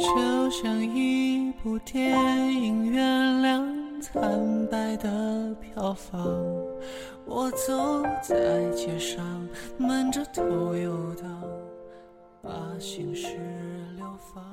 就像一部电影，原谅惨白的票房。我走在街上，闷着头游荡，把心事流放。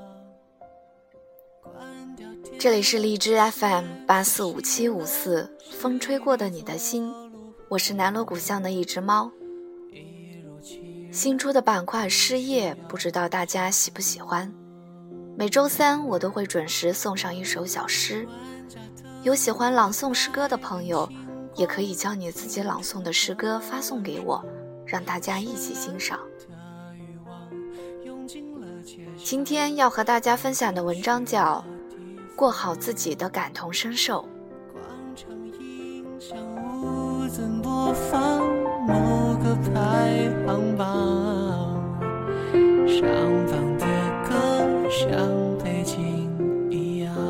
这里是荔枝 FM845754，风吹过的你的心，我是南锣鼓巷的一只猫。新出的板块失业，不知道大家喜不喜欢。每周三我都会准时送上一首小诗，有喜欢朗诵诗歌的朋友，也可以将你自己朗诵的诗歌发送给我，让大家一起欣赏。今天要和大家分享的文章叫《过好自己的感同身受》。 广场音响无怎播放某个排行榜，上榜的歌像背景一样，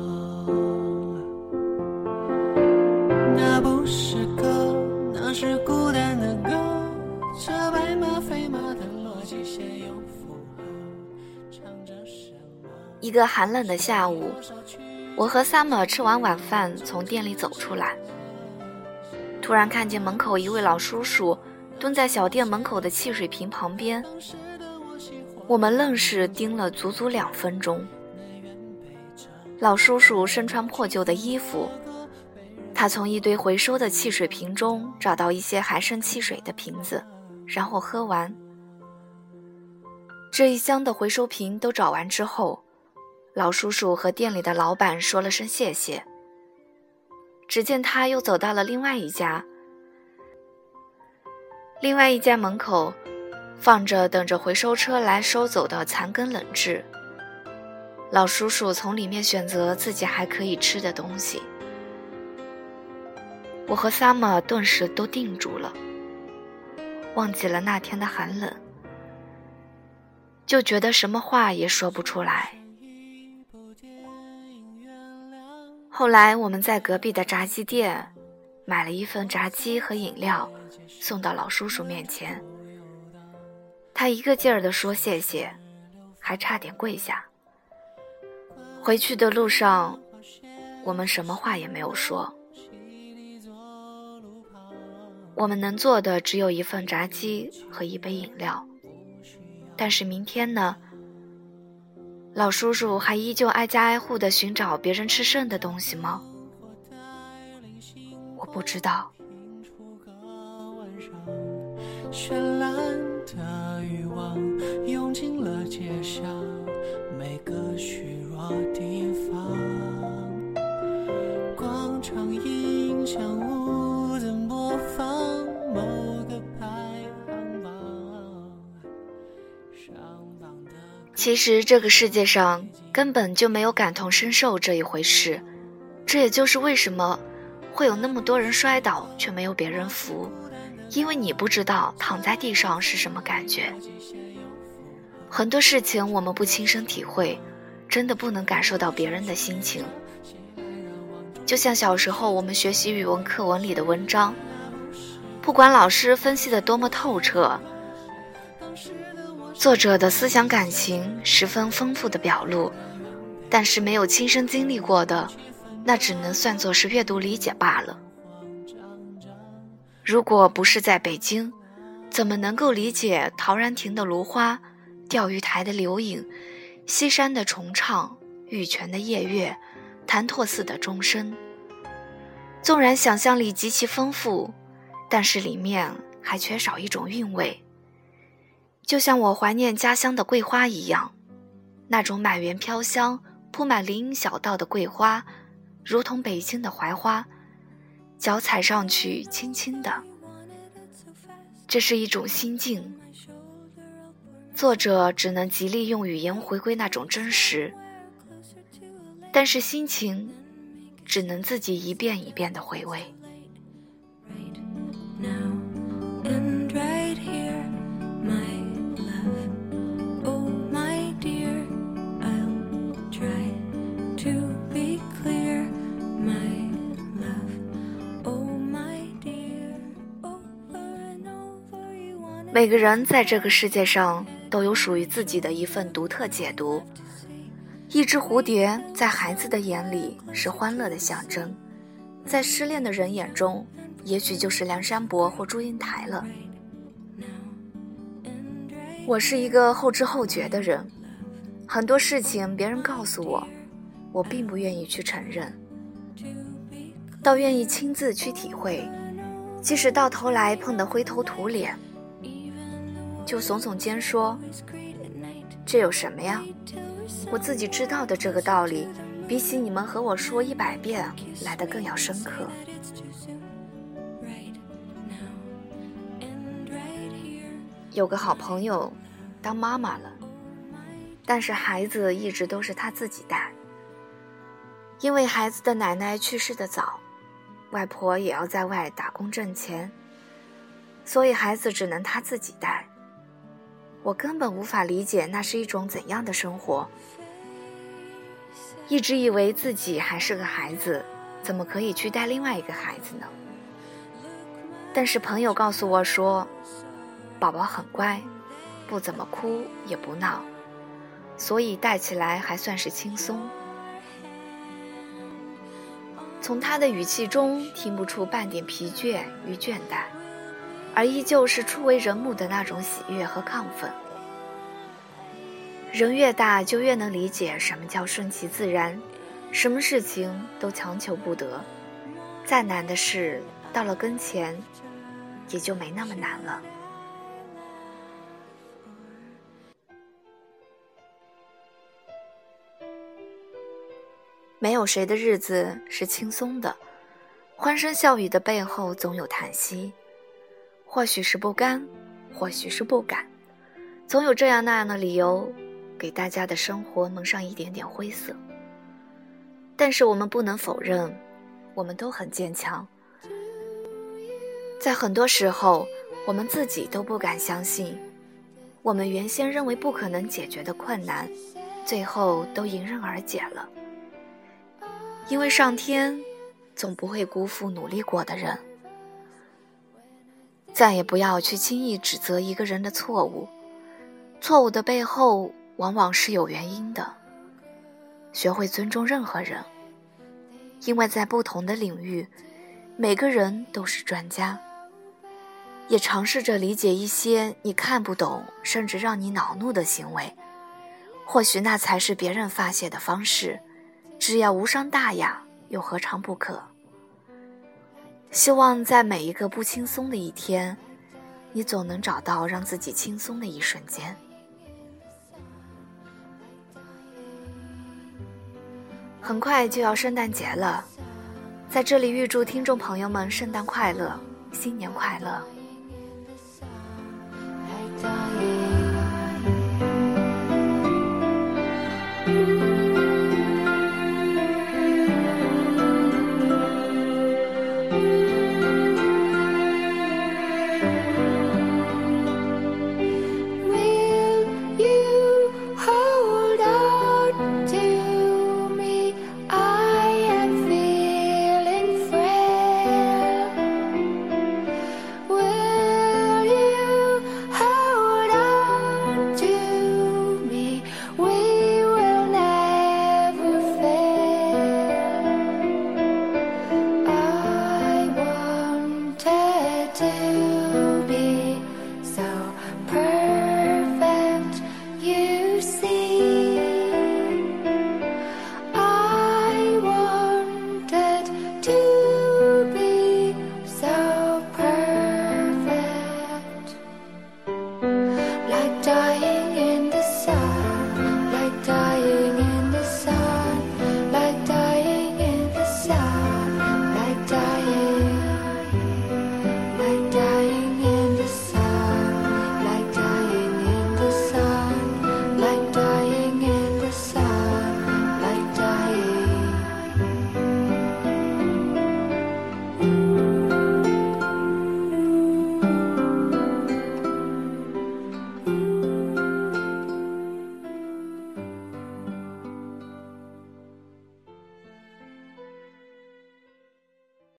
那不是歌，那是孤单的歌，这白马非马的逻辑先有符号，唱着什么。 一个寒冷的下午，我和 Summer 吃完晚饭从店里走出来，突然看见门口一位老叔叔蹲在小店门口的汽水瓶旁边，我们愣是盯了足足2分钟。老叔叔身穿破旧的衣服，他从一堆回收的汽水瓶中找到一些还剩汽水的瓶子，然后喝完。这一箱的回收瓶都找完之后，老叔叔和店里的老板说了声谢谢。只见他又走到了另外一家门口，放着等着回收车来收走的残羹冷炙。老叔叔从里面选择自己还可以吃的东西。我和 Summer 顿时都定住了，忘记了那天的寒冷，就觉得什么话也说不出来。后来我们在隔壁的炸鸡店买了一份炸鸡和饮料，送到老叔叔面前。他一个劲儿地说谢谢，还差点跪下。回去的路上，我们什么话也没有说。我们能做的只有一份炸鸡和一杯饮料。但是明天呢？老叔叔还依旧挨家挨户地寻找别人吃剩的东西吗？我不知道。 绚烂的欲望涌进了街上每个虚弱地方，广场音响无怎播放某个排行榜，上榜的。 其实这个世界上根本就没有感同身受这一回事，这也就是为什么会有那么多人摔倒却没有别人扶，因为你不知道躺在地上是什么感觉。很多事情我们不亲身体会，真的不能感受到别人的心情。就像小时候我们学习语文课文里的文章，不管老师分析得多么透彻，作者的思想感情十分丰富的表露，但是没有亲身经历过的，那只能算作是阅读理解罢了。如果不是在北京，怎么能够理解陶然亭的芦花、钓鱼台的柳影、西山的重唱、玉泉的夜月、潭柘寺的钟声？纵然想象力极其丰富，但是里面还缺少一种韵味。就像我怀念家乡的桂花一样，那种满园飘香、铺满林荫小道的桂花，如同北京的槐花，脚踩上去轻轻的。这是一种心境，作者只能极力用语言回归那种真实，但是心情只能自己一遍一遍地回味。每个人在这个世界上都有属于自己的一份独特解读， 一只蝴蝶在孩子的眼里是欢乐的象征，在失恋的人眼中，也许就是梁山伯或祝英台了。我是一个后知后觉的人，很多事情别人告诉我，我并不愿意去承认，倒愿意亲自去体会，即使到头来碰得灰头土脸，就耸耸肩说，这有什么呀？我自己知道的这个道理，比起你们和我说100遍来得更要深刻。有个好朋友当妈妈了，但是孩子一直都是她自己带。因为孩子的奶奶去世得早，外婆也要在外打工挣钱，所以孩子只能她自己带。我根本无法理解那是一种怎样的生活，一直以为自己还是个孩子，怎么可以去带另外一个孩子呢？但是朋友告诉我说，宝宝很乖，不怎么哭也不闹，所以带起来还算是轻松。从他的语气中听不出半点疲倦与倦怠，而依旧是初为人母的那种喜悦和亢奋。人越大就越能理解什么叫顺其自然，什么事情都强求不得，再难的事到了跟前也就没那么难了。没有谁的日子是轻松的，欢声笑语的背后总有叹息，或许是不甘，或许是不敢，总有这样那样的理由给大家的生活蒙上一点点灰色。但是我们不能否认，我们都很坚强。在很多时候，我们自己都不敢相信，我们原先认为不可能解决的困难，最后都迎刃而解了。因为上天总不会辜负努力过的人。再也不要去轻易指责一个人的错误，错误的背后往往是有原因的。学会尊重任何人，因为在不同的领域，每个人都是专家。也尝试着理解一些你看不懂甚至让你恼怒的行为，或许那才是别人发泄的方式，只要无伤大雅，又何尝不可？希望在每一个不轻松的一天，你总能找到让自己轻松的一瞬间。很快就要圣诞节了，在这里预祝听众朋友们圣诞快乐，新年快乐。 to